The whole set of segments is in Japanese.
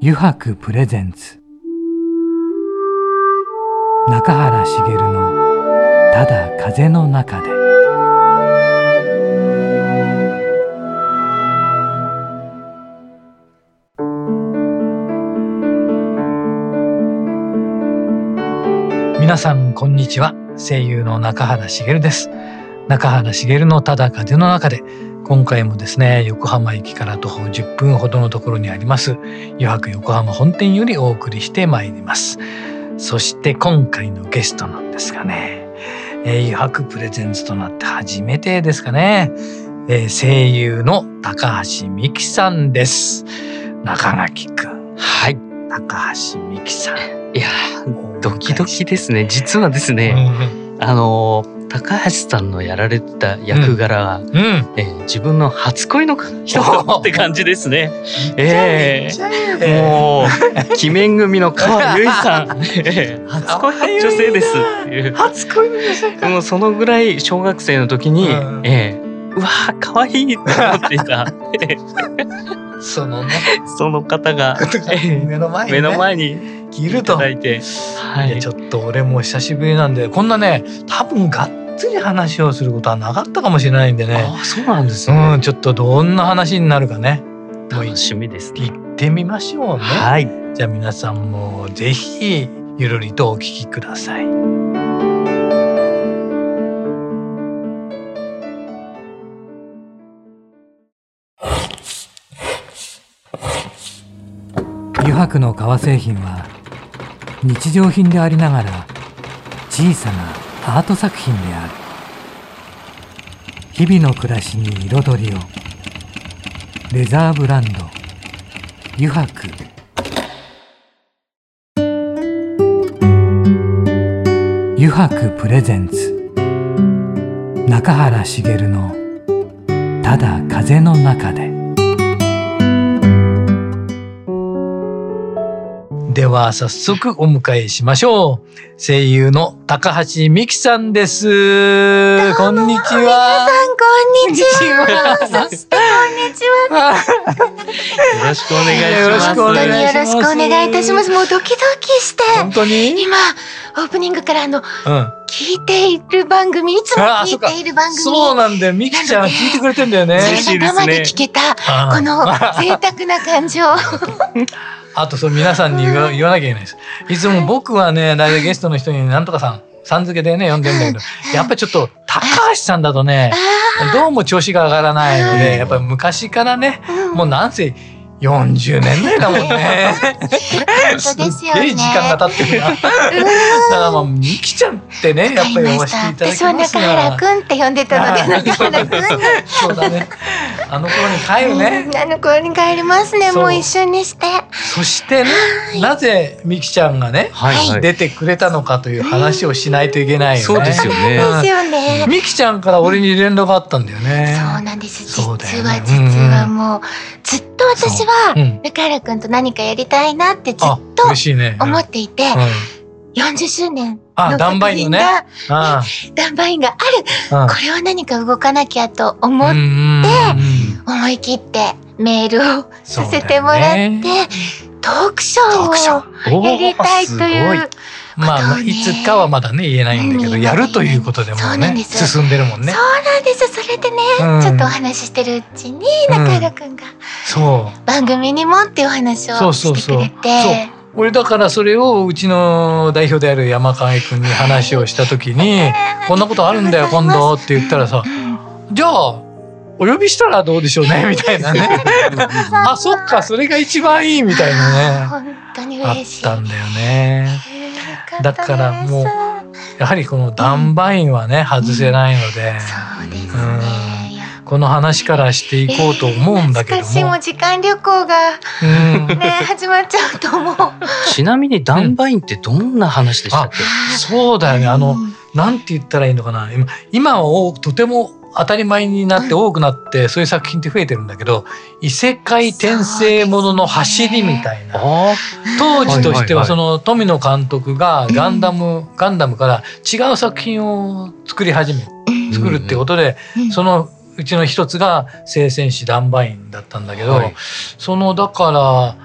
油白プレゼンツ中原茂のただ風の中で。皆さんこんにちは。声優の中原茂です。中原茂のただ風の中で、今回もですね、横浜駅から徒歩10分ほどのところにあります油白横浜本店よりお送りしてまいります。そして今回のゲストなんですがね、油白プレゼンツとなって初めてですかね、声優の高橋美希さんです。中垣くん。 はい、 高橋美希さん。 いやドキドキですね。実はですね、高橋さんのやられた役柄は、自分の初恋の人って感じですね。もう鬼面組の川由衣さん、初恋の女性です。 初恋の女性か。 もうそのぐらい小学生の時に、うわー可愛いって思っていたそのね、 その方が目の前にいるといただいて、 ちょっと俺も久しぶりなんで、こんなね、多分がっつり話をすることはなかったかもしれないんでね。 あ、そうなんですね。 ちょっとどんな話になるかね、 楽しみですね。 行ってみましょうね。 はい。 じゃあ皆さんもぜひゆるりとお聞きください。油白の革製品は日常品でありながら小さなアート作品である。日々の暮らしに彩りを。レザーブランド油白。油白プレゼンツ中原茂のただ風の中で。では早速お迎えしましょう。声優の高橋美希さんです。こんにちは。 皆さんこんにちは。そしてこんにちは。 よろしくお願いします。 よろしくお願いいたします。もうドキドキして。 本当に？ 今オープニングから聞いている番組、いつも聞いている番組。 そうなんだよ。美希ちゃん聞いてくれてんだよね。 それが生で聞けたこの贅沢な感情。 あと皆さんに言わなきゃいけないです。いつも僕はね、大体ゲストの人になんとかさん付けでね呼んでんだけど、やっぱりちょっと高橋さんだとね、どうも調子が上がらないので、やっぱり昔からね、もうなんせ40年代だもんね。 本当ですよね。 すっげえ時間が経ってるな。だから美希ちゃんってね、やっぱり呼ばせていただきますが。 私は中原くんって呼んでたので、中原くん。 そうだね。あの頃に帰るね。 あの頃に帰りますね。もう一緒にして。 そしてね、なぜ美希ちゃんがね、出てくれたのかという話をしないといけないよね。 そうですよね。 ですよね。 美希ちゃんから俺に連絡があったんだよね。 そうなんです。実はもうずっと私は中原くんと何かやりたいなってずっと思っていて、40周年の作品がダンバインがある。これは何か動かなきゃと思って思い切ってメールをさせてもらって、トークショーをやりたいという。 いつかはまだね言えないんだけど、やるということでもね進んでるもんね。 そうなんです。それでね、ちょっとお話ししてるうちに中原くんが番組にもっていうお話をしてくれて、 俺だからそれをうちの代表である山影くんに話をした時にこんなことあるんだよ今度って言ったらさ、じゃあお呼びしたらどうでしょうねみたいなね。あ、そっか、それが一番いいみたいなね。 本当に嬉しい。 あったんだよね。だからもうやはりこのダンバインはね外せないので、 そうですね。 この話からしていこうと思うんだけども、 しかしも時間旅行がね始まっちゃうと思う。 ちなみにダンバインってどんな話でしたっけ？ そうだよね。なんて言ったらいいのかな。今はとても当たり前になって多くなってそういう作品って増えてるんだけど、異世界転生ものの走りみたいな、当時としてはその富野監督がガンダムから違う作品を作るってことで、そのうちの一つが聖戦士ダンバインだったんだけど、だから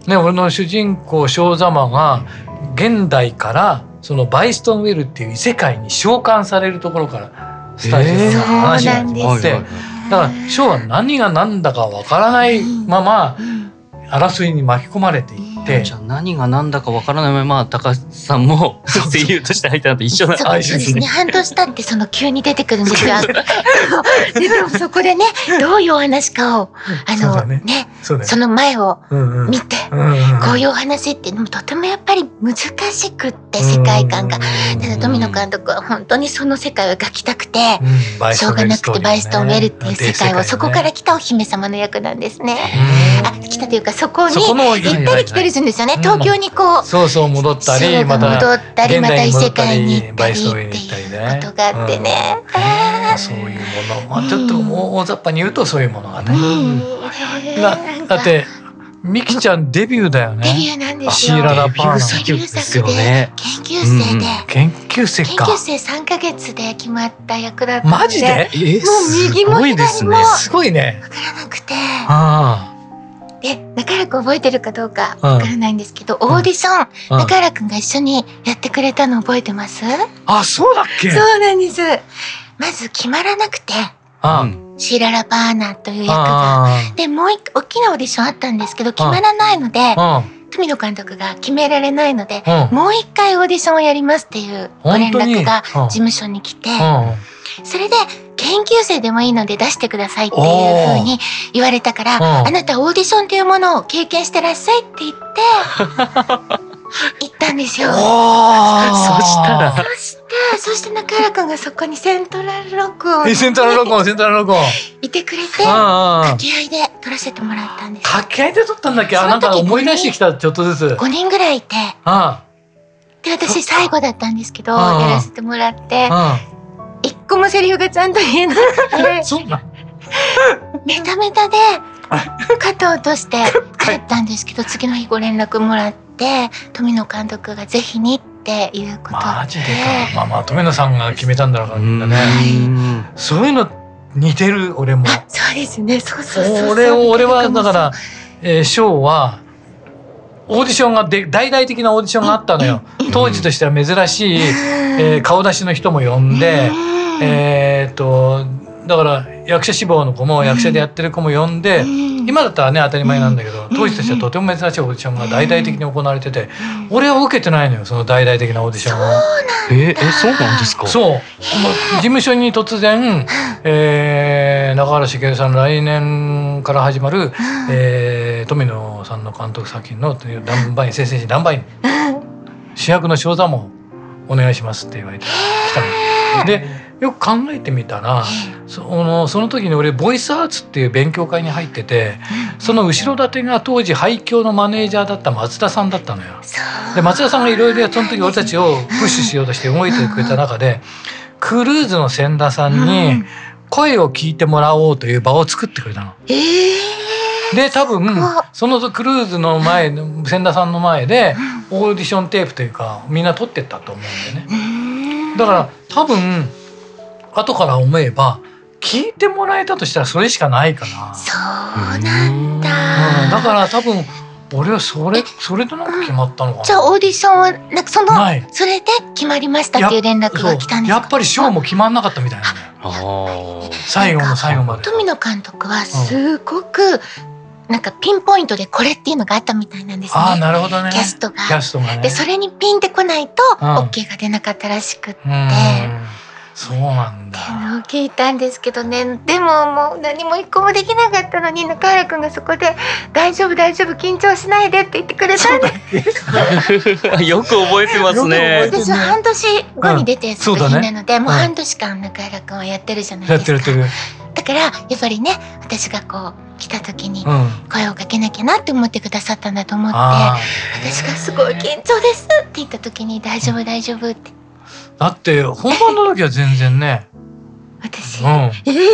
ね、俺の主人公正座魔が現代からそのバイストンウェルっていう異世界に召喚されるところからスタートする話なんです。だからショーは何が何だかわからないまま争いに巻き込まれていって、 じゃあ何が何だかわからないまま高橋さんも声優として入ったのと一緒なそうですね。半年経ってその急に出てくるんですよ。でもそこでね、どういうお話かをね、その前を見て、こういうお話っていうのもとてもやっぱり難しくって世界観が。ただ富野監督は本当にその世界を描きたくて、しょうがなくてバイストンウェルっていう世界をそこから来たお姫様の役なんですね。来たというかそこに行ったり来たりするんですよね。東京にこうそう戻ったりまた異世界に行ったりっていうことがあってね。 そういうもの、ちょっと大雑把に言うとそういうものがね。だってミキちゃんデビューだよね。 デビューなんですよ。 シーララパーナ。 デビュー作で研究生で。 研究生か。 研究生3ヶ月で決まった役だったので。マジで？ もう右も左もすごいね。 分からなくて。で中原くん覚えてるかどうかわからないんですけど、オーディション中原くんが一緒にやってくれたの覚えてます？ あ、そうだっけ？ そうなんです。まず決まらなくて。シーララパーナという役が。で、もう大きなオーディションあったんですけど、決まらないので、富野監督が決められないので、もう一回オーディションをやりますっていうご連絡が事務所に来て、それで研究生でもいいので出してくださいっていう風に言われたから、あなたオーディションというものを経験してらっしゃいって言って、行ったんですよ。そして中原くんがそこにセントラル録音いてくれて、掛け合いで撮らせてもらったんです。 掛け合いで撮ったんだっけ？なんか思い出してきた、ちょっとずつ。 5人ぐらいいて、で私最後だったんですけど、やらせてもらって、一個もセリフがちゃんと言えなくて、メタメタで肩を落として帰ったんですけど、次の日ご連絡もらって、富野監督がぜひにっていうことで。 マジでか。まあ富野さんが決めたんだからみんなね。そういうの似てる俺も。 そうですね。 俺はだからショーはオーディションが大々的なオーディションがあったのよ。当時としては珍しい顔出しの人も呼んで、だから役者志望の子も役者でやってる子も呼んで、今だったらね当たり前なんだけど、当時としてはとても珍しいオーディションが大々的に行われてて、俺は受けてないのよ、その大々的なオーディションを。 そうなんですか？ そう、事務所に突然、中原茂さん来年から始まる、富野さんの監督作品のダンバイン先生ダンバイン主役の正座もお願いしますって言われて来たので。よく考えてみたら、その時に俺ボイスアーツっていう勉強会に入ってて、その後ろ盾が当時廃墟のマネージャーだった松田さんだったのよ。で松田さんがいろいろその時俺たちをプッシュしようとして動いてくれた中で、クルーズの千田さんに声を聞いてもらおうという場を作ってくれたの。で多分そのクルーズの前千田さんの前でオーディションテープというかみんな撮ってったと思うんだよね。だから多分後から思えば聞いてもらえたとしたらそれしかないかな。 そうなんだ。 だから多分俺はそれとなんか決まったのかな。 じゃあオーディションはなんかそれで決まりましたっていう連絡が来たんですか？ やっぱりショーも決まんなかったみたいなね。最後の最後まで。 富野監督はすごくなんかピンポイントでこれっていうのがあったみたいなんですね。 なるほどね。 キャストがね。 でそれにピンってこないと OK が出なかったらしくって。 そうなんだ。 っていうのを聞いたんですけどね。でももう何も一個もできなかったのに中原くんがそこで大丈夫緊張しないでって言ってくれたんで。 よく覚えてますね。 私は半年後に出て作品なので、もう半年間中原くんはやってるじゃないですか。 やってる。 だからやっぱりね、私がこう来た時に声をかけなきゃなって思ってくださったんだと思って、私がすごい緊張ですって言った時に大丈夫って。 だって本番の時は全然ね。 私。 だ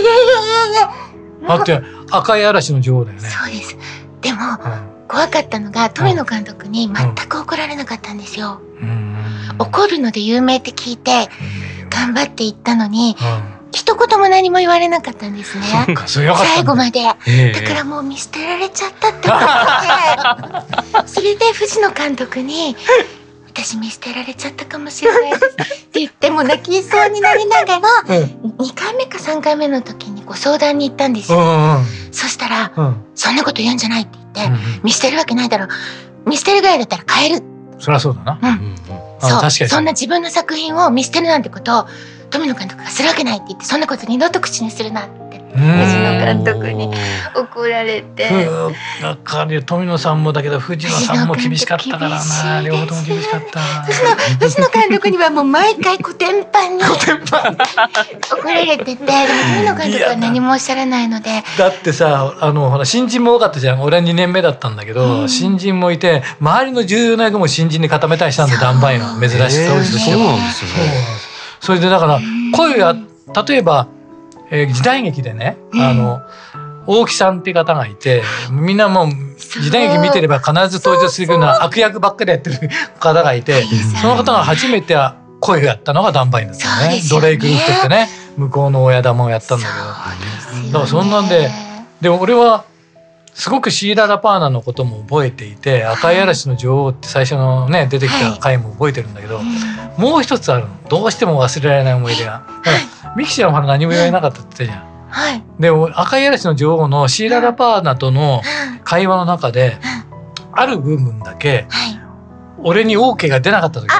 って赤い嵐の女王だよね。 そうです。でも、怖かったのが富野監督に全く怒られなかったんですよ。怒るので有名って聞いて頑張っていったのに、一言も何も言われなかったんですね。最後まで。だからもう見捨てられちゃったって思って、それで藤野監督に私見捨てられちゃったかもしれないですって言っても泣きそうになりながら、2回目か3回目の時にご相談に行ったんですよ。そしたら、そんなこと言うんじゃないって言って、見捨てるわけないだろ、見捨てるぐらいだったら変える。 そりゃそうだな。 そう、そんな自分の作品を見捨てるなんてことを富野監督がするわけないって言って、そんなこと二度と口にするなって藤野監督に怒られて。 わかるよ、富野さんもだけど藤野さんも厳しかったからな。両方とも厳しかった。 藤野監督にはもう毎回コテンパンに怒られてて、でも富野監督は何もおっしゃらないので。 だってさ、ほら新人も多かったじゃん。俺は2年目だったんだけど、新人もいて、周りの重要な役も新人に固めたりしたんで、ダンバイの珍しさをしても。それでだから声が例えば、時代劇でね、大木さんっていう方がいて、みんなもう時代劇見てれば必ず登場するような悪役ばっかりやってる方がいて、その方が初めて声をやったのがダンバインだったね。ドレイク・ウッドってね、向こうの親玉をやったんだけど、だからそんなんで、でも俺はすごくシーラ・ラパーナのことも覚えていて、赤い嵐の女王って最初のね出てきた回も覚えてるんだけど、もう一つあるの、どうしても忘れられない思い出が。ミキちゃんは何も言われなかったって言ったじゃん。でも赤い嵐の女王のシーラ・ラパーナとの会話の中で、ある部分だけ俺に OK が出なかった時、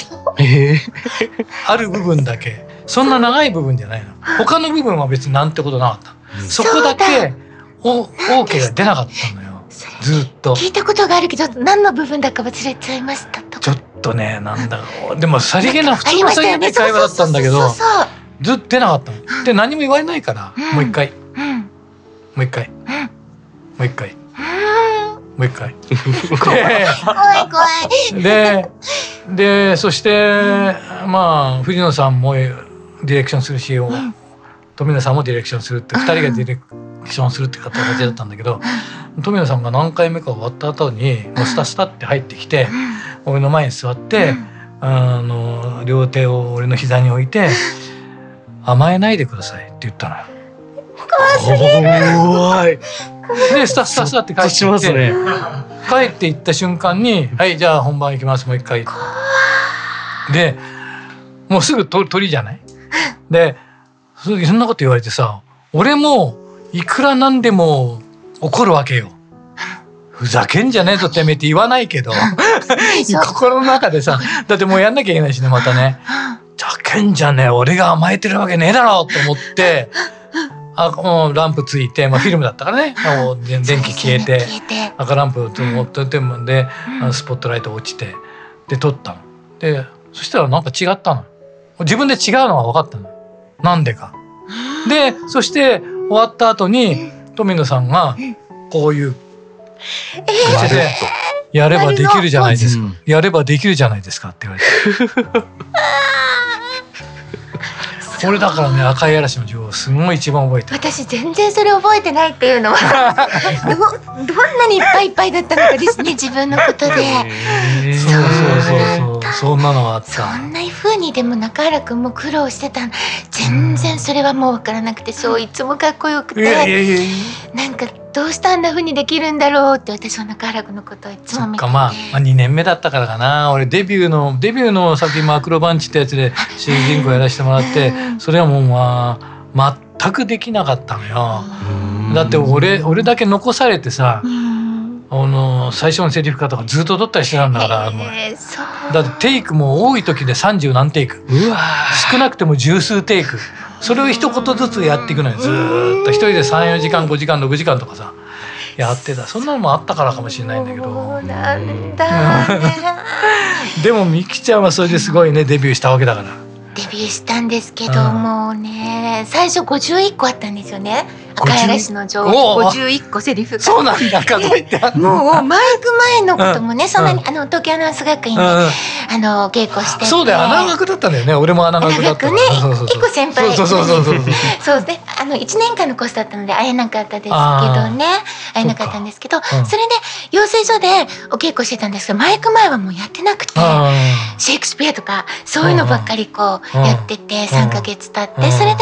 ある部分だけ、そんな長い部分じゃないの、他の部分は別になんてことなかった。そこだけOK が出なかったのよ、ずっと。 聞いたことがあるけど何の部分だか忘れちゃいましたと。 ちょっとね、なんだろう、でもさりげな普通のさりげない会話だったんだけど、ずっと出なかったの。で何も言われないから、もう一回、もう一回、もう一回、もう一回。怖い怖い。 でそしてまあ藤野さんもディレクションするし、富野さんもディレクションするって、2人がディレクションするって形だったんだけど、富野さんが何回目か終わった後にもうスタスタって入ってきて、俺の前に座って、両手を俺の膝に置いて「甘えないでください」って言ったのよ。怖い。でスタスタスタって帰ってきて、帰っていった瞬間に「はいじゃあ本番行きます、もう一回」でもうすぐ鳥じゃない。でそんなこと言われてさ、俺もいくらなんでも怒るわけよ。ふざけんじゃねえぞてめえって言わないけど心の中でさ、だってもうやんなきゃいけないしね、またね。ふざけんじゃねえ、俺が甘えてるわけねえだろと思って、もうランプついて、フィルムだったからね、もう電気消えて赤ランプ持っててもでスポットライト落ちて、で撮ったの。でそしたらなんか違ったの、自分で違うのが分かったの、なんでか。でそして終わった後に富野さんがこういう口で「やればできるじゃないですか、やればできるじゃないですか」って言われて。俺だからね、赤い嵐の女王すごい一番覚えてる。 私全然それ覚えてないっていうのはどんなにいっぱいいっぱいだったのかですね、自分のことで。 そうそんなのがあった。 そんな風にでも中原くんも苦労してた。全然それはもう分からなくて、そういつもかっこよくて、なんかどうしてあんな風にできるんだろうって私は中原くんのことをいつも見てて。 2年目だったからかな。俺デビューの作品もアクロバンチってやつで主人公やらせてもらってそれはもう全くできなかったのよ。だって俺だけ残されてさ、最初のセリフとかずっと撮ったりしてたんだから、だってテイクも多い時で30何テイク、少なくても十数テイク、それを一言ずつやっていくのよ。ずーっと一人で3、4時間5時間6時間とかさやってた。そんなのもあったからかもしれないんだけど。 なんだでもミキちゃんはそれですごいね、デビューしたわけだから。 デビューしたんですけど、もうね最初51個あったんですよね、赤い嵐の女王。51個セリフが。 そうなんだ、数えてあるの。もうマイク前のこともね、そんなに東京アナウンス学院で稽古してて。 そうだよ、アナ学だったんだよね。俺もアナ学だった。 ね、結構先輩。 そうで1年間のコースだったので会えなかったですけどね、会えなかったんですけど、それで養成所でお稽古してたんですけど、マイク前はもうやってなくて、シェイクスピアとかそういうのばっかりこうやってて3ヶ月経って、それで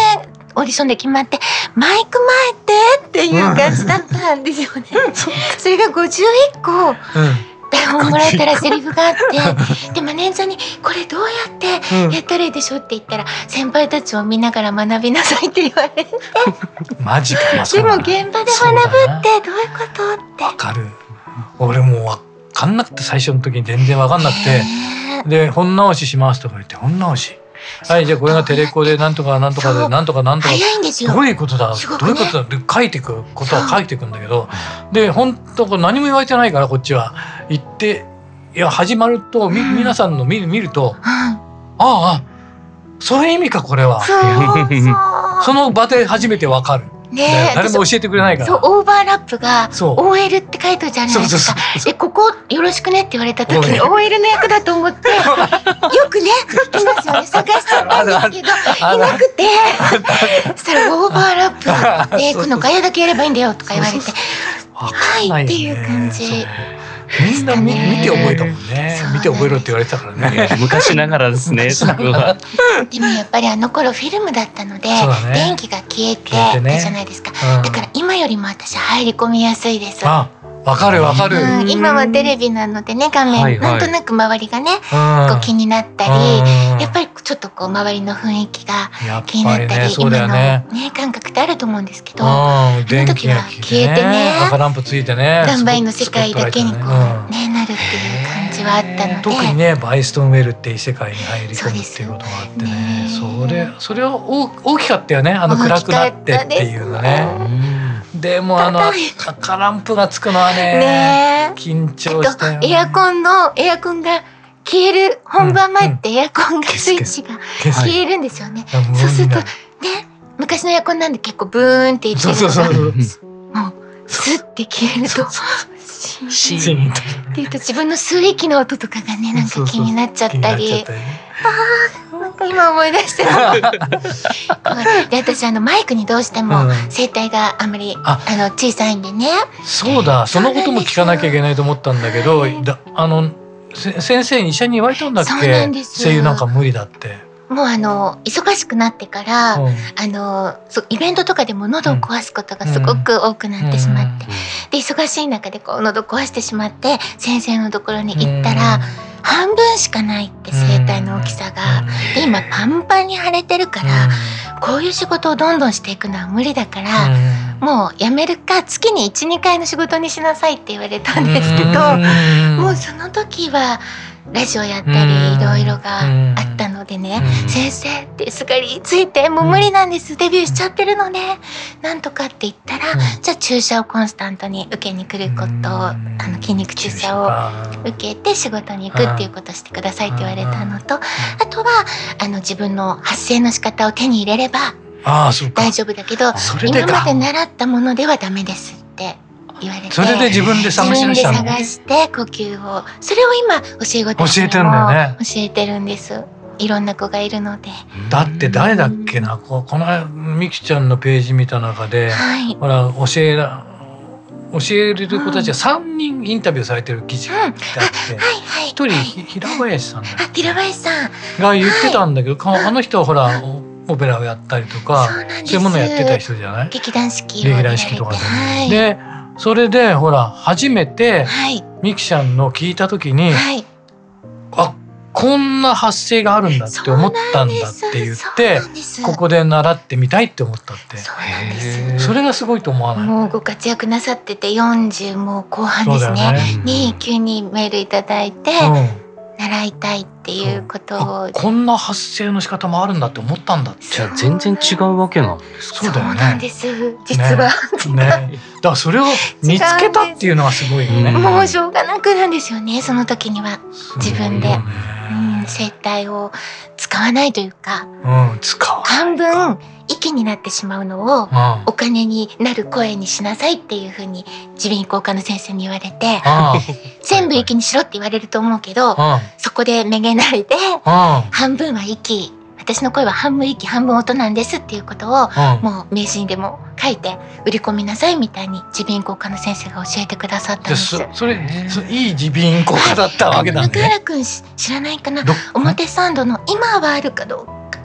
オーディションで決まってマイク前っていう感じだったんですよね。それが51個台本もらえたらセリフがあってでマネージャーにこれどうやってやったらいいでしょうって言ったら、先輩たちを見ながら学びなさいって言われてマジか。 でも現場で学ぶってどういうことってわかる。俺もわかんなくて、最初の時に全然わかんなくて、で本直ししますとか言って、本直し、はい、じゃあこれがテレコでなんとかなんとかでなんとかなんとか、 早いんですよ。 どういうことだ、どういうことだって書いていくことは書いていくんだけど、で本当何も言われてないからこっちは言って、いや始まると皆さんの見ると、ああそういう意味かこれはその場で初めてわかる。誰も教えてくれないから。 そう、オーバーラップが OL って書いてあるじゃないですか。でここよろしくねって言われた時に OL の役だと思ってよくねいますよね、探しちゃったんですけどいなくて、そしたらオーバーラップでこのガヤだけやればいいんだよとか言われて、はいっていう感じ。 みんな見て覚えたもんね。見て覚えろって言われてたからね。 昔ながらですね。そこは。 でもやっぱりあの頃フィルムだったので、電気が消えてたじゃないですか。だから今よりも私入り込みやすいです。 わかるわかる。 今はテレビなのでね、画面なんとなく周りがねこう気になったり、やっぱりちょっとこう周りの雰囲気が気になったり、今のね感覚ってあると思うんですけど、あの時は消えてね、 赤ランプついてね、 ダンバインの世界だけにこうねなるっていう感じはあったので、 特にねバイストンウェルっていう世界に入り込むっていうことがあってね、それは大きかったよね、あの暗くなってっていうのね。でも赤ランプがつくのはね緊張したよね。 エアコンが消える、本番前ってエアコンがスイッチが消えるんですよね。そうするとね、昔のエアコンなんで結構ブーンって言ってるのがもうスッて消えるとシーンって言うと自分の吸う息の音とかがねなんか気になっちゃったり、なんか今思い出してるで、私マイクにどうしても声帯があんまり小さいんでね。 そうだ、そのことも聞かなきゃいけないと思ったんだけど、先生に医者に言われたんだっけ、声優なんか無理だって。もう忙しくなってから、イベントとかでも喉を壊すことがすごく多くなってしまって、で忙しい中でこう喉壊してしまって先生のところに行ったら、半分しかないって声帯の大きさが。で今パンパンに腫れてるから、こういう仕事をどんどんしていくのは無理だから、もうやめるか月に 1,2 回の仕事にしなさいって言われたんですけど、もうその時はラジオやったりいろいろがあったのでね、先生ってすがりついてもう無理なんです、デビューしちゃってるのでなんとかって言ったら、じゃあ注射をコンスタントに受けに来ることを、筋肉注射を受けて仕事に行くっていうことをしてくださいって言われたのと、あとは自分の発声の仕方を手に入れれば大丈夫だけど、今まで習ったものではダメですって言われて、 それで自分で探して呼吸を、それを今教え子たちにも教えてるんです。いろんな子がいるので。 だって誰だっけな、このみきちゃんのページ見た中で、ほら教える子たちが3人インタビューされてる記事があって、1人平林さんが言ってたんだけど、あの人はほらオペラをやったりとかそういうものをやってた人じゃない、 劇団四季とかで、それでほら初めてみきちゃんの聞いた時に、あ、こんな発声があるんだって思ったんだって言って、ここで習ってみたいって思ったって。それがすごいと思わない？ もうご活躍なさってて40もう後半ですねに急にメールいただいて、習いたいっていうことを、 こんな発声の仕方もあるんだって思ったんだって。 じゃあ全然違うわけなんですか？ そうだよね。 そうなんです実はね。だからそれを見つけたっていうのはすごいよね。 もうしょうがなくなんですよね、その時には自分で。声帯を使わないというか、半分息になってしまうのをお金になる声にしなさいっていう風に耳鼻咽喉科の先生に言われて、全部息にしろって言われると思うけど、そこでめげないで半分は息、私の声は半分息半分音なんですっていうことをもう名刺にでも書いて売り込みなさいみたいに耳鼻咽喉科の先生が教えてくださったんです。 それいい耳鼻咽喉科だったわけだね。 中原くん知らないかな、表参道の今はあるかどうか、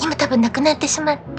今多分亡くなってしまって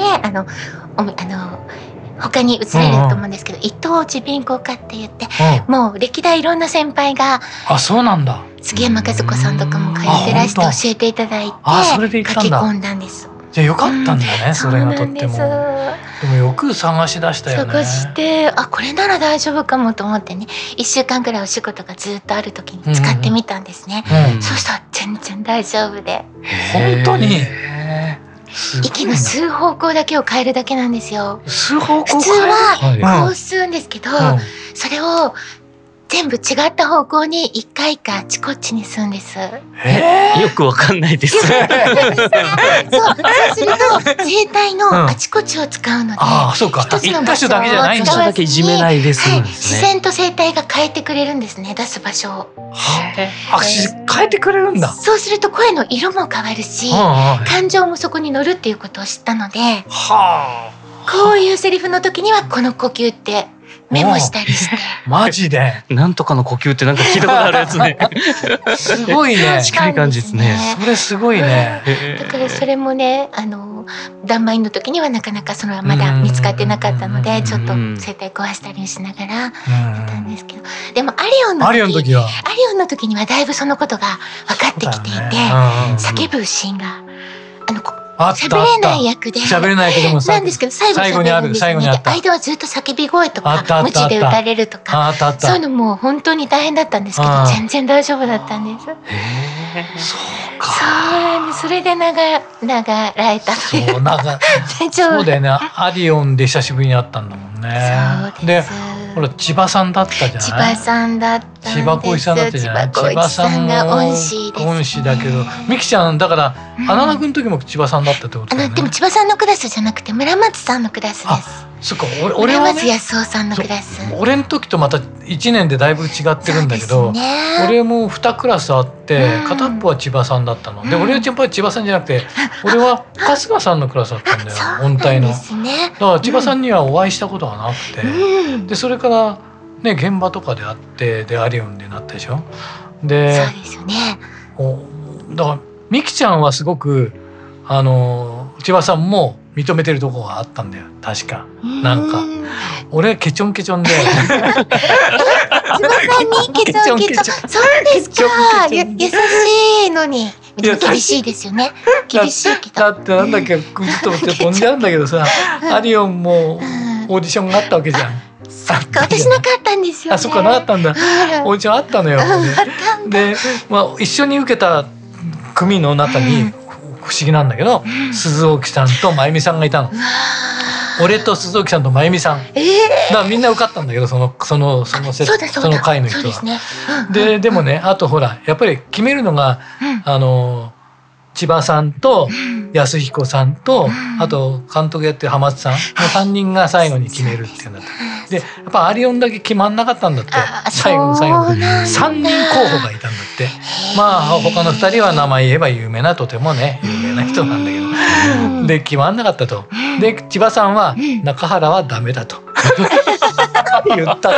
他に移られると思うんですけど、伊藤耳鼻咽喉科って言って、もう歴代いろんな先輩が、 そうなんだ。 杉山和子さんとかも通ってらして教えていただいて、書き込んだんです。 じゃあよかったんだね、それがとっても。でもよく探し出したよね。 探してこれなら大丈夫かもと思ってね、1週間ぐらいお仕事がずっとある時に使ってみたんですね。そうしたら全然大丈夫で。 本当に。 息の吸う方向だけを変えるだけなんですよ。 吸う方向普通はこう吸うんですけど、それを全部違った方向に1回かあちこちに吸うんです。よくわかんないです。そうすると声帯のあちこちを使うので、 そうか、 一つの場所だけじゃないんだ。 だけいじめないです。 自然と声帯が変えてくれるんですね、出す場所を。 変えてくれるんだ。 そうすると声の色も変わるし、感情もそこに乗るっていうことを知ったので、こういうセリフの時にはこの呼吸ってメモしたりして。 マジで。 なんとかの呼吸ってなんか聞いたことあるやつね。 すごいね。 近い感じですね。 それすごいね。 だからそれもね、断眉の時にはなかなかそれはまだ見つかってなかったので、ちょっと声帯壊したりしながらやったんですけど、でもアリオンの時にはだいぶそのことが分かってきていて、叫ぶシーンが喋れない役でなんですけど、最後にある間はずっと叫び声とか無知で打たれるとか、そういうのも本当に大変だったんですけど、全然大丈夫だったんです。 そうか。 そうなんです。それで流られたという。 そうだよね。アリオンで久しぶりに会ったんだもんね。 そうです。 ほら千葉さんだったじゃない。 千葉さんだったんです。 千葉浩一さんだったじゃない。 千葉さんが恩師です。 恩師だけど、ミキちゃんだから穴田君の時も千葉さんだったってことだよね。 でも千葉さんのクラスじゃなくて村松さんのクラスです。 そっか、俺はね、 村松康夫さんのクラス。 俺の時とまた1年でだいぶ違ってるんだけど、俺も2クラスあって片っぽは千葉さんだったので、俺はやっぱり千葉さんじゃなくて俺は春日さんのクラスだったんだよ、音体の。だから千葉さんにはお会いしたことがなくて、でそれからね現場とかで会って、でアリオンでなったでしょ。でそうですよね。 だからミキちゃんはすごく千葉さんも認めてるところがあったんだよ、確か。なんか俺ケチョンケチョンで千葉さんにケチョンケチョン。そうですか。優しいのに厳しいですよね。厳しいけど。 だってなんだっけ、ずっと飛んじゃうんだけどさ、アリオンもオーディションがあったわけじゃん。 私なかったんですよね。 そっか、なかったんだ。オーディションあったのよ。で、一緒に受けた組の中に不思議なんだけど、鈴沖さんと真由美さんがいたの。俺と鈴沖さんと真由美さん。だからみんな受かったんだけど、その会の人は。でもね、あとほらやっぱり決めるのが千葉さんと安彦さんと、あと監督やってる浜津さんの3人が最後に決めるっていうんだった。でやっぱアリオンだけ決まんなかったんだって。最後の最後に3人候補がいたんだって。まあ他の2人は名前言えば有名な、とてもね有名な人なんだけど、で決まんなかったと。で千葉さんは中原はダメだと言った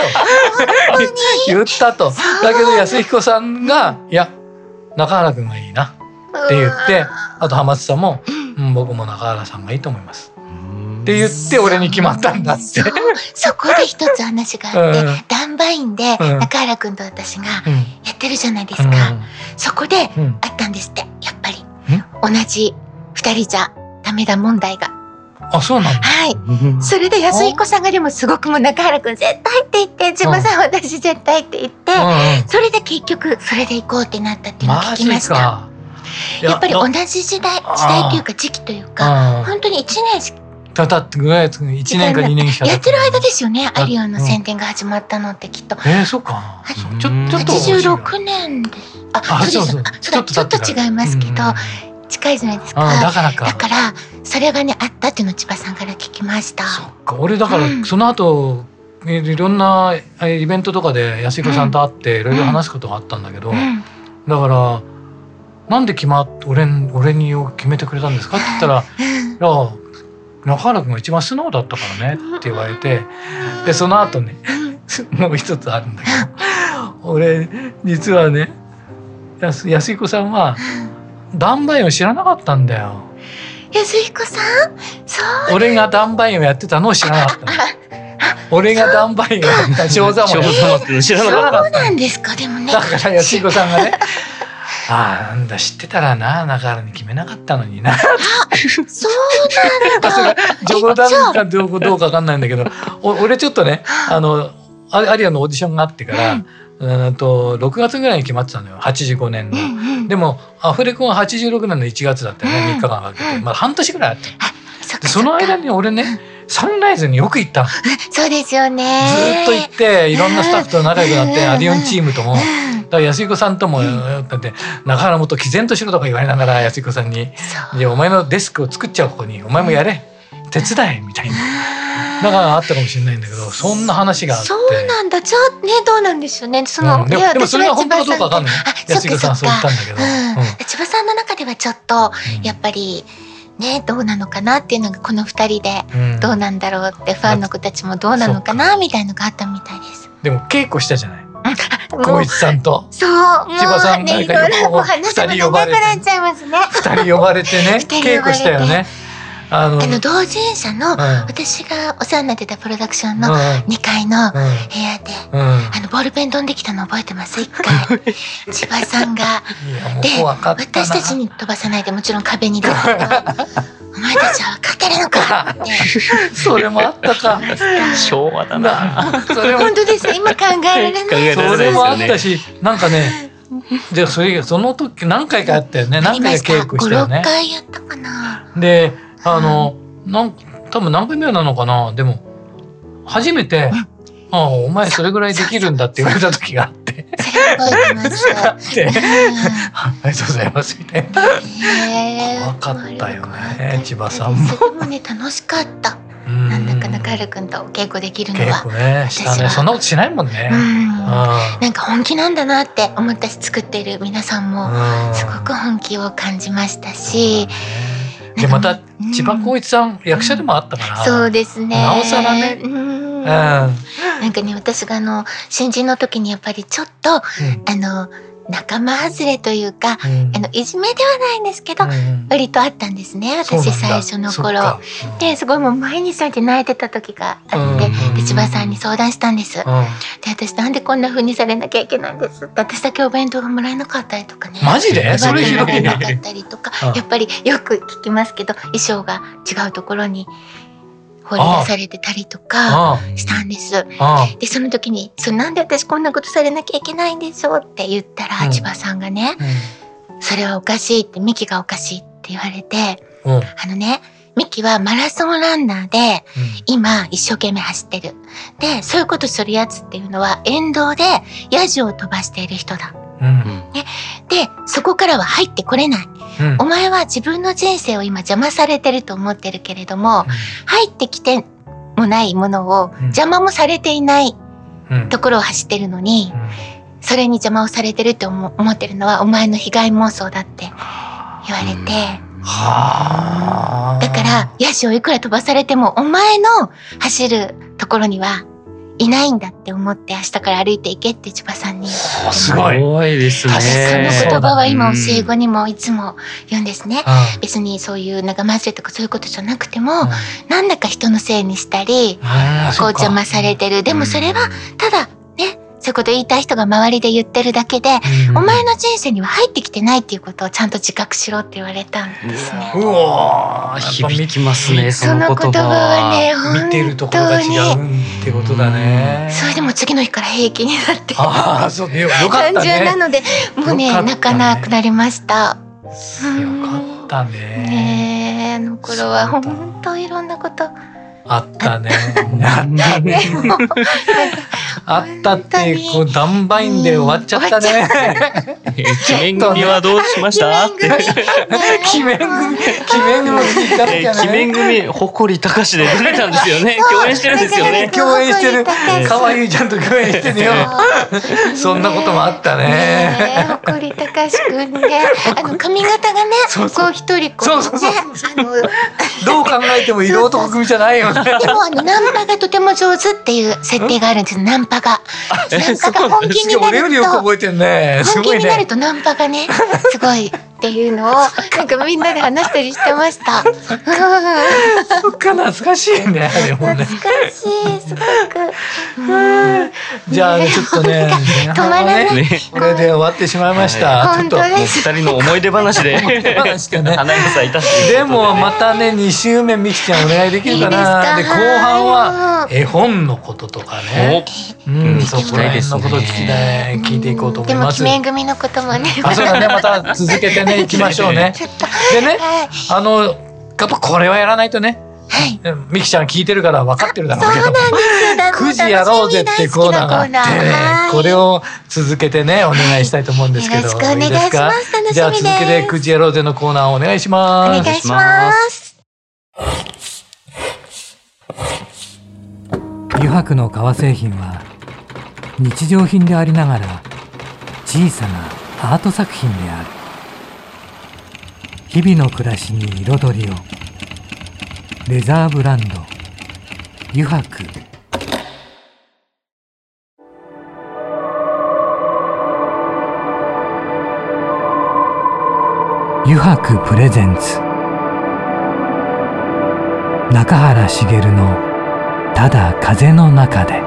と。だけど安彦さんがいや中原くんがいいなって言って、あと浜津さんも、僕も中原さんがいいと思いますって言って俺に決まったんだって。 そこで一つ話があって、ダンバインで中原くんと私がやってるじゃないですか。そこであったんですって、やっぱり同じ2人じゃダメだ問題が。 そうなんだ。 はい。それで安彦さんがでもすごくも中原くん絶対って言って、千葉さん私絶対って言って、それで結局それで行こうってなったっていうのを聞きました。やっぱり同じ時代というか時期というか、本当に1年しか経ってぐらい1年か2年しかやってる間ですよね。アリオンの宣伝が始まったのってきっと。 そうか。 ちょっと86年です。そうです。ちょっと違いますけど。近いじゃないですか。だからそれがねあったっていうのを千葉さんから聞きました。 そっか。俺だからその後いろんなイベントとかで安彦さんと会っていろいろ話すことがあったんだけど、だからなんで俺に決めてくれたんですかって言ったら、中原君が一番素直だったからねって言われて、でその後ねもう一つあるんだけど、俺実はね安彦さんはダンバインを知らなかったんだよ。 安彦さん、そう。 俺がダンバインをやってたのを知らなかった。俺がダンバインをやった正座もって知らなかった。 そうなんですか。でもね。 だから安彦さんがね。なんだ知ってたらな、中原に決めなかったのにな。 そうなんだ。 それ冗談かどうかわかんないんだけど、俺ちょっとね、アリアのオーディションがあってから、6月ぐらいに決まってたのよ、85年の。でもアフレコが86年の1月だったよね、3日間かけて。まあ半年ぐらいあった。その間に俺ね、サンライズによく行った。 そうですよね。 ずっと行っていろんなスタッフと仲良くなって、アリオンチームとも。だから安彦さんともだって中原もっと毅然としろとか言われながら安彦さんに「お前のデスクを作っちゃう、ここにお前もやれ、手伝え」みたいな。だからあったかもしれないんだけど、そんな話があって。 そうなんだ。じゃあね、どうなんでしょうね。 でもそれが本当かどうかわかんない。安彦さんそう言ったんだけど、 千葉さんの中ではちょっとやっぱりね、どうなのかなっていうのが、この2人でどうなんだろうって、ファンの子たちもどうなのかなみたいのがあったみたいです。 でも稽古したじゃない、光一さんと。 そう、 千葉さんが2人呼ばれて、2人呼ばれてね、稽古したよね。 同人者の私がお世話になってたプロダクションの2階の部屋でボールペン飛んできたの覚えてます？1回千葉さんがで、私たちに飛ばさないで、もちろん壁に出てお前たちは勝てるのかって。 それもあったか。 昭和だな。 本当です。今考えられない。 それもあったし、なんかね、でその時何回かやったよね。何回か稽古したよね。 5、6回やったかな。 で多分何回目なのかな。でも初めて「お前それぐらいできるんだ」って言われた時があって。 それ覚えてます。 ありがとうございますみたいな。怖かったよね、千葉さんも。 でもね、楽しかった。なんだか中原くんとお稽古できるのは。 稽古ね、したね。そんなことしないもんね。 なんか本気なんだなって思ったし、作っている皆さんもすごく本気を感じましたし。 でまた千葉光一さん役者でもあったから、 そうですね、 なおさらね。 なんかね、私が新人の時にやっぱりちょっと仲間外れというか、いじめではないんですけど、割とあったんですね、私最初の頃。ですごいもう毎日泣いてた時があって、で千葉さんに相談したんです。で私なんでこんな風にされなきゃいけないんですって。私だけお弁当がもらえなかったりとかね。 マジで？それひどいな。 なかったりとか、やっぱりよく聞きますけど、衣装が違うところに放り出されてたりとかしたんです。でその時になんで私こんなことされなきゃいけないんでしょうって言ったら、千葉さんがね、それはおかしいって、ミキがおかしいって言われて、ミキはマラソンランナーで今一生懸命走ってる。でそういうことするやつっていうのは沿道でヤジを飛ばしている人だ。でそこからは入ってこれない。お前は自分の人生を今邪魔されてると思ってるけれども、入ってきてもないものを邪魔もされていないところを走ってるのに、それに邪魔をされてるって思ってるのはお前の被害妄想だって言われて、だからヤジをいくら飛ばされてもお前の走るところにはいないんだって思って、明日から歩いていけって千葉さんに。 すごいですね。 その言葉は今教え子にもいつも言うんですね。別にそういう仲間外れとかそういうことじゃなくても、なんだか人のせいにしたりこう邪魔されてる。でもそれはただね、そういうこと言いたい人が周りで言ってるだけで、お前の人生には入ってきてないっていうことをちゃんと自覚しろって言われたんですね。 うわー、響きますね、その言葉はね。 見てるところが違うんってことだね。 それでも次の日から平気になって、 そうね、よかったね。 単純なのでもうね、泣かなくなりました。 よかったね。 あの頃は本当いろんなことあったね。あったってこうダンバインで終わっちゃったね。 鬼面組はどうしました？ 鬼面組も聞いた時はね。 鬼面組誇り高しで出てたんですよね。共演してるんですよね。 共演してる。可愛いちゃんと共演してるよ。そんなこともあったね。 誇り高しくんね、髪型がね、こう一人こうね、 どう考えても色男組じゃないよね。 でもナンパがとても上手っていう設定があるんです。ナンパが本気になると、 俺よりよく覚えてるね。 本気になるとナンパがね、すごいっていうのをなんかみんなで話したりしてました。 そっか、懐かしいね。でもね。 懐かしい、すごく。 じゃあちょっとね、 止まらない。 これで終わってしまいました。 本当です。 二人の思い出話で花草いたして。 でもまたね、2週目みきちゃんお願いできるかな。で後半は絵本のこととかね。そこら辺のこと聞いていこうと思います。 でも鬼面組のこともね。 そうだね、また続けてね、行きましょうね。でね、やっぱこれはやらないとね。みきちゃん聞いてるから分かってるだろうけど、9時やろうぜってコーナーがあって、これを続けてねお願いしたいと思うんですけど、 よろしくお願いします。楽しみです。 じゃあ続けて9時やろうぜのコーナーをお願いします。 お願いします。 油白の革製品は日常品でありながら小さなアート作品である。日々の暮らしに彩りを。レザーブランド油白。油白プレゼンツ中原茂のただ風の中で。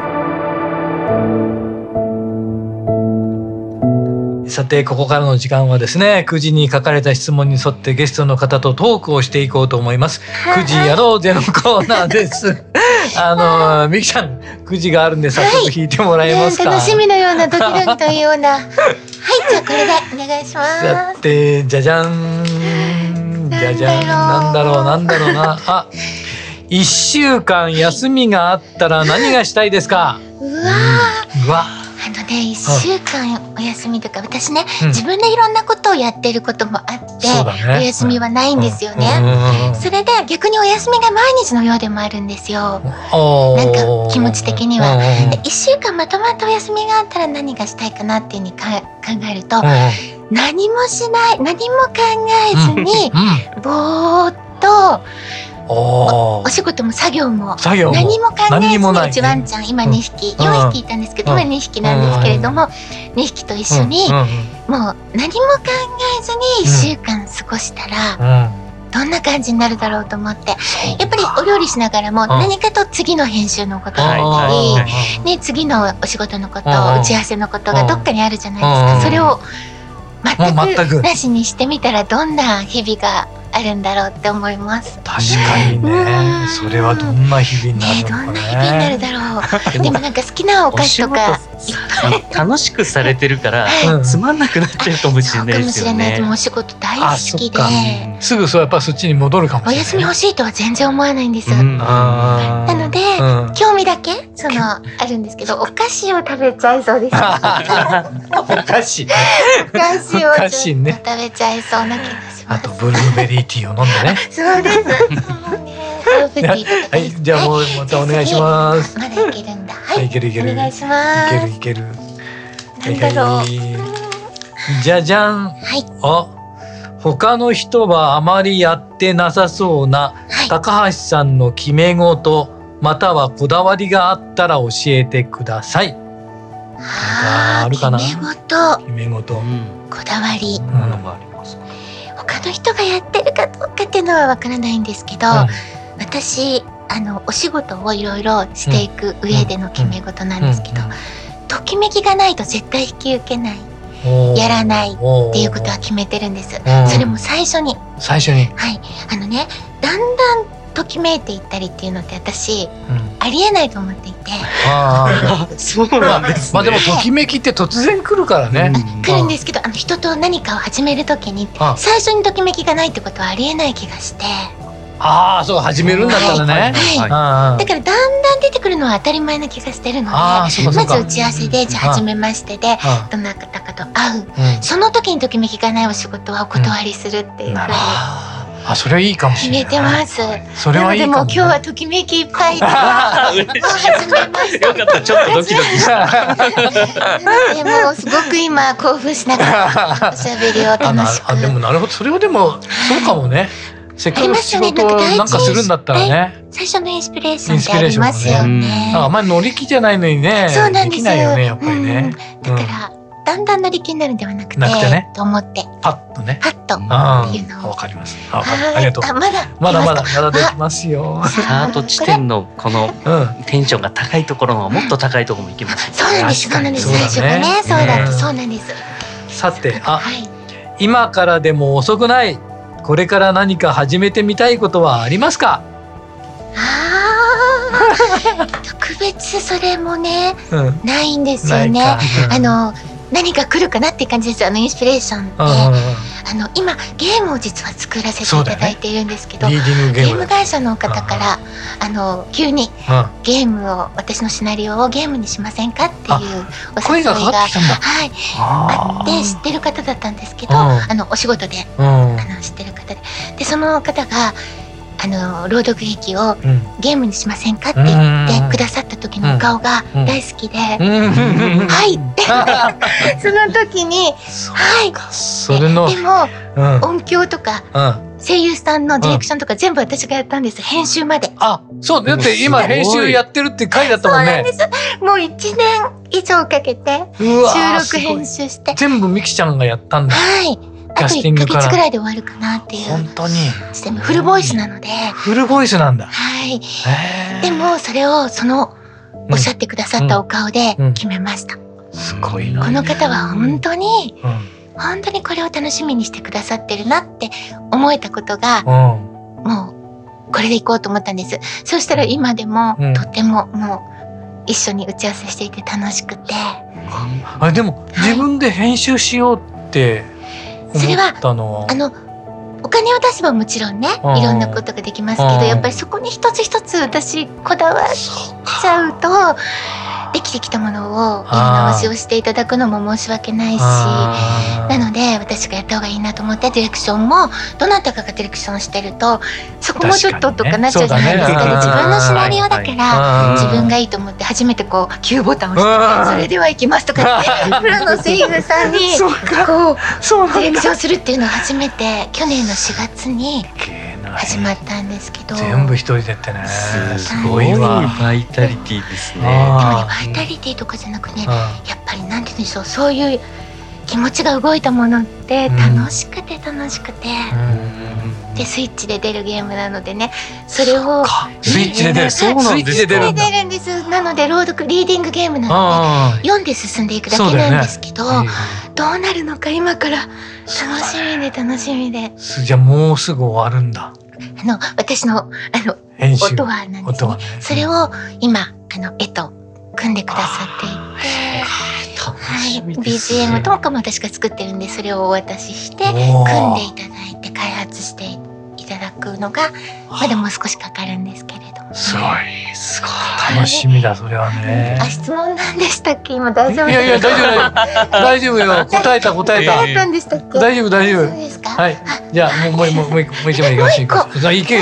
さてここからの時間はですね、9時に書かれた質問に沿ってゲストの方とトークをしていこうと思います。9時やろうぜのコーナーです。みきちゃん、9時があるんで早速弾いてもらえますか。 楽しみのようなドキドキというような。はい、じゃあこれでお願いします。 だってじゃじゃん、じゃじゃん、なんだろうな。あ、1週間休みがあったら何がしたいですか。うわ。 1週間お休みとか、私ね、自分でいろんなことをやってることもあって、お休みはないんですよね。それで逆にお休みが毎日のようでもあるんですよ。なんか気持ち的には。1週間まとまったお休みがあったら何がしたいかなっていうふうに考えると、何もしない、何も考えずにぼーっとお仕事も作業も何も考えずに、うちワンちゃん今2匹4匹いたんですけど、今2匹なんですけれども、2匹と一緒にもう何も考えずに1週間過ごしたらどんな感じになるだろうと思って、やっぱりお料理しながらも何かと次の編集のことだったり、次のお仕事のこと、打ち合わせのことがどっかにあるじゃないですか。それを全くなしにしてみたらどんな日々があるんだろうって思います。 確かにね。それはどんな日々になるのかね。 どんな日々になるだろう。でもなんか好きなお菓子とか楽しくされてるからつまんなくなっちゃうかもしれないですよね。そうかもしれない。でもお仕事大好きで、 すぐやっぱそっちに戻るかもしれない。 お休み欲しいとは全然思わないんです。なので興味だけあるんですけど、お菓子を食べちゃいそうです。 お菓子をちょっと食べちゃいそうな気がします。 あとブルーベリーティーを飲んでね。 そうです。 はい、じゃあもうまたお願いします。 まだいけるんだ。はい、 いける。 お願いします。 いける。 なんだろう。 じゃじゃん。他の人はあまりやってなさそうな高橋さんの決め事またはこだわりがあったら教えてください。あるかな。決め事。 こだわり。他の人がやってるかどうかっていうのはわからないんですけど、私お仕事をいろいろしていく上での決め事なんですけど、ときめきがないと絶対引き受けない、やらないっていうことは決めてるんです。それも最初に。はい。だんだんときめいていったりっていうのって私、ありえないと思っていて。 そうなんですね。 でもときめきって突然来るからね。 来るんですけど、人と何かを始めるときに最初にときめきがないってことはありえない気がして。 そう始めるんだったらね。 だからだんだん出てくるのは当たり前な気がしてるので、まず打ち合わせでじゃあ初めましてでどなたかと会う、その時にときめきがないお仕事はお断りするっていうふうに。 それはいいかもしれない。 決めてます。 それはいいかも。 でも今日はときめきいっぱいで。 嬉しい。よかった。ちょっとドキドキした。 でもすごく今興奮しながらおしゃべりを楽しく。 でもなるほど。それはでもそうかもね。せっかく仕事なんかするんだったらね。 最初のインスピレーションってありますよね。 あんまり乗り気じゃないのにね。できないよねやっぱりね。 だからだんだん乗り気になるんではなくてね、 と思ってパッとね、 パッとっていうのを。 わかります。ありがとう。まだできますよ。 スタート地点のこのテンションが高いところのもっと高いところも行きます。 そうなんです。そうなんです。最初がね、そうだってそうなんです。 さて、今からでも遅くない。これから何か始めてみたいことはありますか？ 特別それもね、ないんですよね。何か来るかなっていう感じです。インスピレーションで、今ゲームを実は作らせていただいているんですけど、ゲーム会社の方から急にゲームを、私のシナリオをゲームにしませんかっていうお誘いがあって、知ってる方だったんですけど、お仕事で知ってる方で、その方が朗読劇をゲームにしませんかって言ってくださった時のお顔が大好きで、はいってその時にはいそれのでも音響とか声優さんのディレクションとか全部私がやったんです。編集まで。 そうだって今編集やってるって回だったもんね。 そうなんです。もう1年以上かけて収録編集して全部ミキちゃんがやったんだ。 あと1ヶ月ぐらいで終わるかなっていう。 本当にフルボイスなので。 フルボイスなんだ。 はい。でもそれをおっしゃってくださったお顔で決めました。 すごいな。 この方は本当にこれを楽しみにしてくださってるなって思えたことが、もうこれでいこうと思ったんです。そしたら今でもとてももう一緒に打ち合わせしていて楽しくて。 でも自分で編集しようってそれはお金を出せばもちろんね、いろんなことができますけど、やっぱりそこに一つ一つ私こだわっちゃうと、できてきたものをやり直しをしていただくのも申し訳ないし、なので私がやった方がいいなと思って、ディレクションもどなたかがディレクションしてるとそこもちょっととかなっちゃうじゃないですか。自分のシナリオだから自分がいいと思って初めてこう Q ボタンを押して「それでは行きます」とかってプロの声優さんにこうディレクションするっていうのを初めて去年の4月に始まったんですけど、 全部一人でってね、 すごいバイタリティですね。でもバイタリティとかじゃなくね、やっぱりなんて言うんでしょう、そういう気持ちが動いたものって楽しくてでスイッチで出るゲームなのでね、それをスイッチで出る、そうなんです。 出るんです。なので朗読リーディングゲームなので読んで進んでいくだけなんですけど、どうなるのか今から楽しみで。 じゃあもうすぐ終わるんだ。 私の音はなんですね。それを今絵と組んでくださっていて、BGM とかも私が作ってるんで、それをお渡しして組んでいただいて開発していただくのがまだもう少しかかるんですけれども。 すごい楽しみだそれはね。 質問なんでしたっけ今？大丈夫？ いや大丈夫よ。答えた。 答えたんでしたっけ？ 大丈夫。 そうですか？ はい。じゃあもう一枚いきましょう。いけ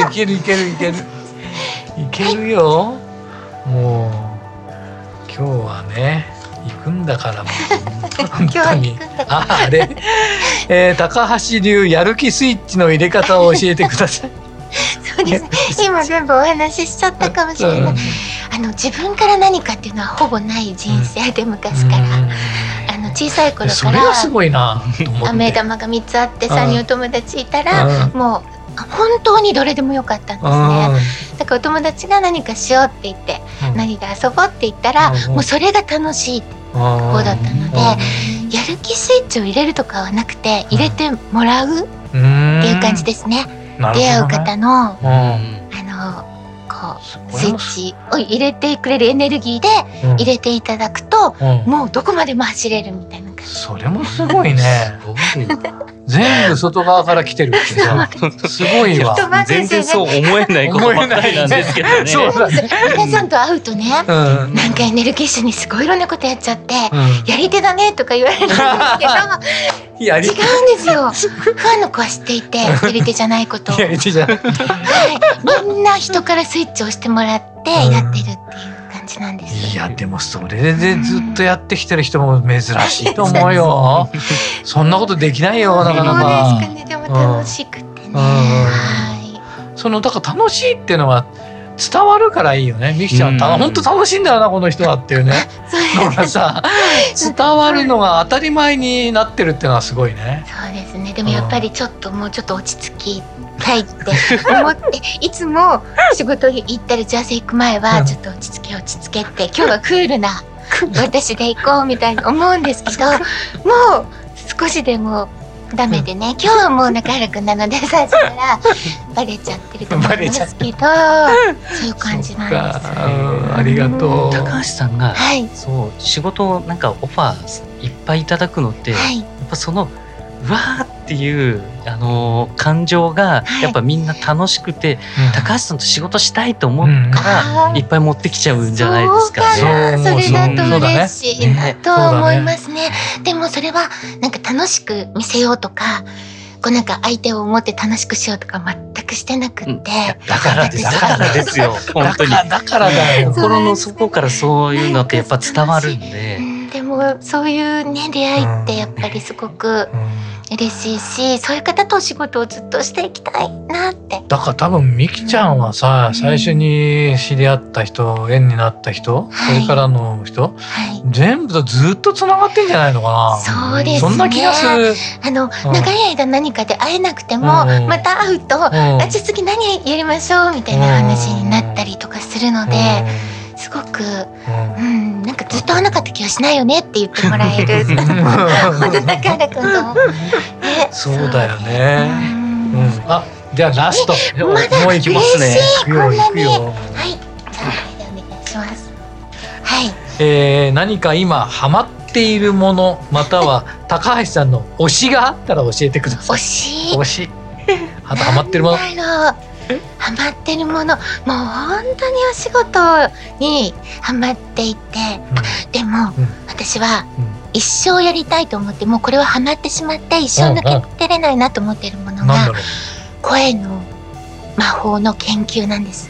るよ。もう今日はね行くんだからもう本当に。あれ、高橋流やる気スイッチの入れ方を教えてください。 そうですね。今全部お話ししちゃったかもしれない。自分から何かっていうのはほぼない人生で、昔から小さい頃からそれはすごいなと思って、 飴玉が3つあって3人お友達いたらもう本当にどれでもよかったんですね。だからお友達が何かしようって言って、何で遊ぼうって言ったらもうそれが楽しい方だったので、やる気スイッチを入れるとかはなくて、入れてもらうっていう感じですね。出会う方のこうスイッチを入れてくれるエネルギーで入れていただくと、もうどこまでも走れるみたいな感じ。 それもすごいね。全部外側から来てるってさ、すごいわ。 全然そう思えないことばっかりなんですけどね。 皆さんと会うとね、なんかエネルギッシュにすごいいろんなことやっちゃって、やり手だねとか言われるんですけど、違うんですよ。ファンの子は知っていて、やり手じゃないことを。 やり手じゃない。 みんな人からスイッチを押してもらってやってるっていう感じなんです。 いやでもそれでずっとやってきてる人も珍しいと思うよ。そんなことできないよなかなか。 でも楽しくてね。 だから楽しいっていうのは伝わるからいいよね。みきちゃん本当楽しいんだよなこの人はっていうねのがさ伝わるのが当たり前になってるっていうのはすごいね。 そうですね。でもやっぱりちょっともうちょっと落ち着きたいって思っていつも仕事行ったり打ち合わせ行く前はちょっと落ち着けって今日はクールな私で行こうみたいに思うんですけどもう少しでもダメでね、今日はもう中原くんなので最初からバレちゃってると思いますけどそういう感じなんです。 ありがとう。 高橋さんが、そう仕事をなんかオファーいっぱいいただくのって、やっぱそのわーっていう感情がやっぱみんな楽しくて、高橋さんと仕事したいと思うからいっぱい持ってきちゃうんじゃないですかね。 それだと嬉しいなと思いますね。でもそれはなんか楽しく見せようとかこうなんか相手を思って楽しくしようとか全くしてなくって、 だからですよ本当にだからだよ。 心の底からそういうのってやっぱ伝わるんで。 でもそういうね出会いってやっぱりすごく嬉しいし、そういう方とお仕事をずっとしていきたいなって。 だから多分みきちゃんはさ、最初に知り合った人縁になった人、それからの人、全部とずっとつながってんじゃないのかな。 そうですね。 そんな気がする。 長い間何かで会えなくても、また会うと、じゃあ次何やりましょうみたいな話になったりとかするので、すごく、なんかずっと会わなかった気がしないよねって言ってもらえる。本当中原くんとも。 そうだよね。あ、じゃあラスト。 もう行きますね。 行くよ。はい。じゃあお願いします。はい。 何か今ハマっているものまたは高橋さんの推しがあったら教えてください。推し。あとハマってるもの。 ハマってるもの、もう本当にお仕事にハマっていて、でも、私は一生やりたいと思ってもうこれはハマってしまって一生抜け出れないなと思っているものが声の魔法の研究なんです。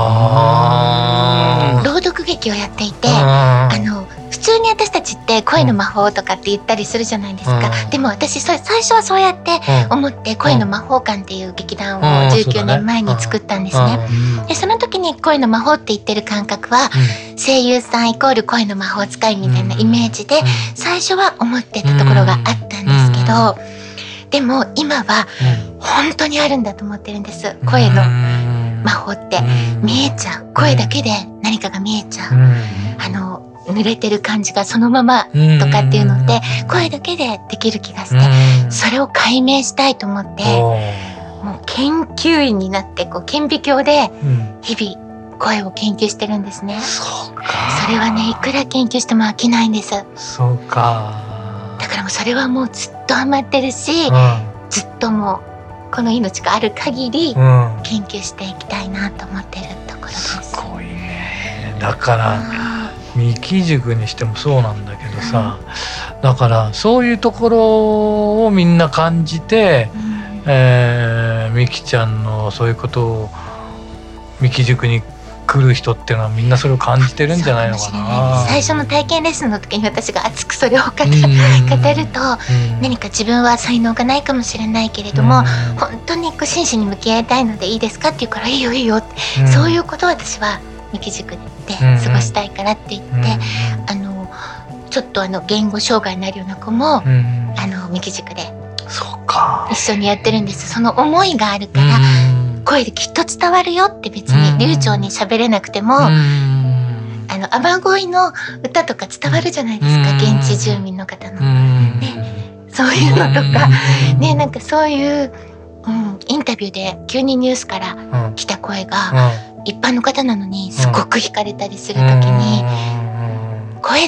朗読劇をやっていて普通に私たちって声の魔法とかって言ったりするじゃないですか。でも私最初はそうやって思って声の魔法館っていう劇団を19年前に作ったんですね。でその時に声の魔法って言ってる感覚は声優さんイコール声の魔法使いみたいなイメージで最初は思ってたところがあったんですけど、でも今は本当にあるんだと思ってるんです。声の魔法って見えちゃう。声だけで何かが見えちゃう。濡れてる感じがそのままとかっていうのって声だけでできる気がして、それを解明したいと思ってもう研究員になって顕微鏡で日々声を研究してるんですね。それはねいくら研究しても飽きないんです。 そうか。 だからもうそれはもうずっとハマってるし、ずっともうこの命がある限り研究していきたいなと思ってるところです。 すごいね。だから三木塾にしてもそうなんだけどさ、だからそういうところをみんな感じて、みきちゃんのそういうことを三木塾に来る人っていうのはみんなそれを感じてるんじゃないのかな。 最初の体験レッスンの時に私が熱くそれを語ると、何か自分は才能がないかもしれないけれども、本当に真摯に向き合いたいのでいいですかって言うから、いいよいいよって、そういうことを私は三木塾で過ごしたいからって言って、ちょっと言語障害になるような子も、三木塾で一緒にやってるんです。その思いがあるから、声できっと伝わるよって、別に流暢に喋れなくても雨乞いの歌とか伝わるじゃないですか、現地住民の方の、そういうのとかね、なんかそういう、インタビューで急にニュースから来た声が、一般の方なのにすごく惹かれたりする時に、声って、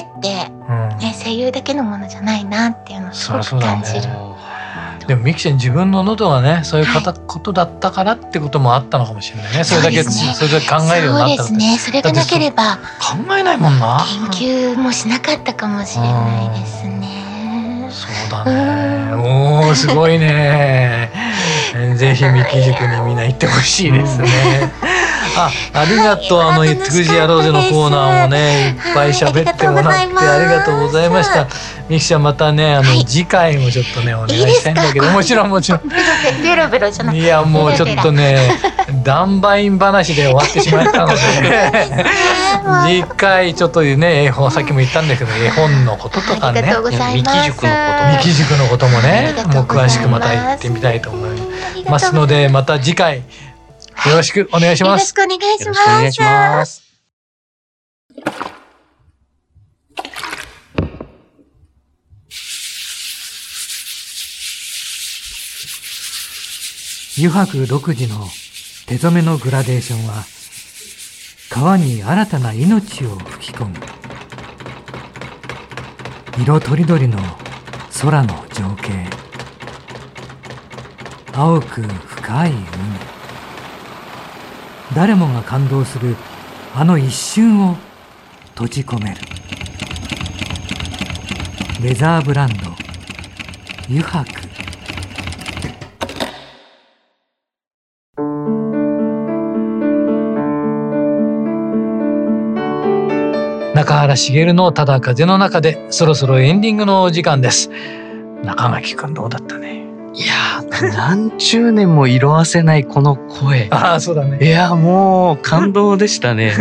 声優だけのものじゃないなっていうのをすごく感じる。 でもミキちゃん自分の喉がねそういうことだったからってこともあったのかもしれないね。それだけ考えるようになったら。 そうですね。それがなければ考えないもんな。 研究もしなかったかもしれないですね。 そうだね。おーすごいね。ぜひミキ塾にみんな行ってほしいですね。 ありがとう。育児やろうぜのコーナーもねいっぱい喋ってもらってありがとうございました。みきちゃんまたね次回もちょっとねお願いしたいんだけど、もちろんベロベロじゃない。 いやもうちょっとねダンバイン話で終わってしまったので次回ちょっとね絵本さっきも言ったんだけど絵本のこととかね三木塾のこともねもう詳しくまた言ってみたいと思いますので、また次回よろしくお願いします。 よろしくお願いします。 油白独自の手染めのグラデーションは川に新たな命を吹き込む。色とりどりの空の情景、青く深い海、誰もが感動するあの一瞬を閉じ込める。レザーブランド油白。中原茂のただ風の中でそろそろエンディングのお時間です。中垣くんどうだったね。 いや何十年も色あせないこの声そうだね。 いやもう感動でしたね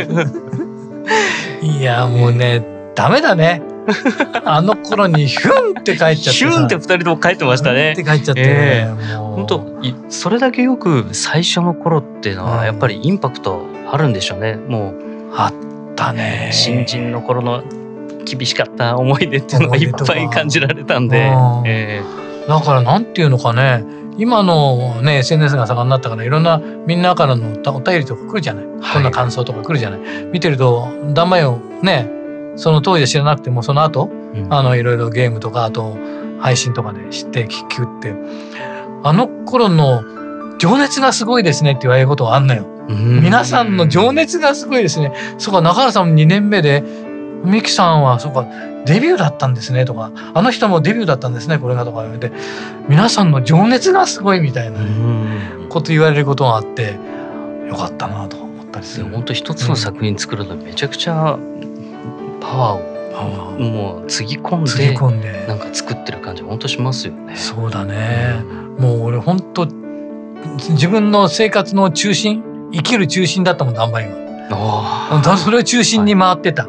いやもうねダメだねあの頃にヒュンって帰っちゃってヒュンって2人とも帰ってましたね。 って帰っちゃってね、 本当それだけよく最初の頃っていうのはやっぱりインパクトあるんでしょうね。もうあったね。 新人の頃の厳しかった思い出っていうのがいっぱい感じられたんで、 だからなんていうのかね、今のね SNS が盛んになったからいろんなみんなからのお便りとか来るじゃない、こんな感想とか来るじゃない。見てるとだんまりをねその当時は知らなくてもその後、いろいろゲームとかあと配信とかで知って聞くってあの頃の情熱がすごいですねって言われることがあんのよ。皆さんの情熱がすごいですね。そうか中原さんも2年目でミキさんはそうかデビューだったんですねとかあの人もデビューだったんですねこれがとか言われて皆さんの情熱がすごいみたいなこと言われることがあってよかったなと思ったりする。 本当一つの作品作るのめちゃくちゃパワーをもうつぎ込んでなんか作ってる感じ本当しますよね。 そうだね、もう俺本当自分の生活の中心生きる中心だったもんダンバインは。それを中心に回ってた、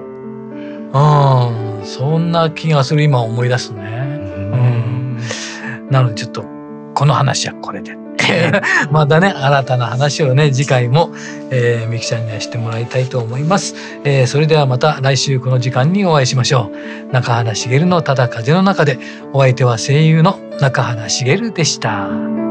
そんな気がする今思い出すね。なのでちょっとこの話はこれでまたね新たな話をね次回も、みきちゃんにはしてもらいたいと思います。それではまた来週この時間にお会いしましょう。中原茂のただ風の中で、お相手は声優の中原茂でした。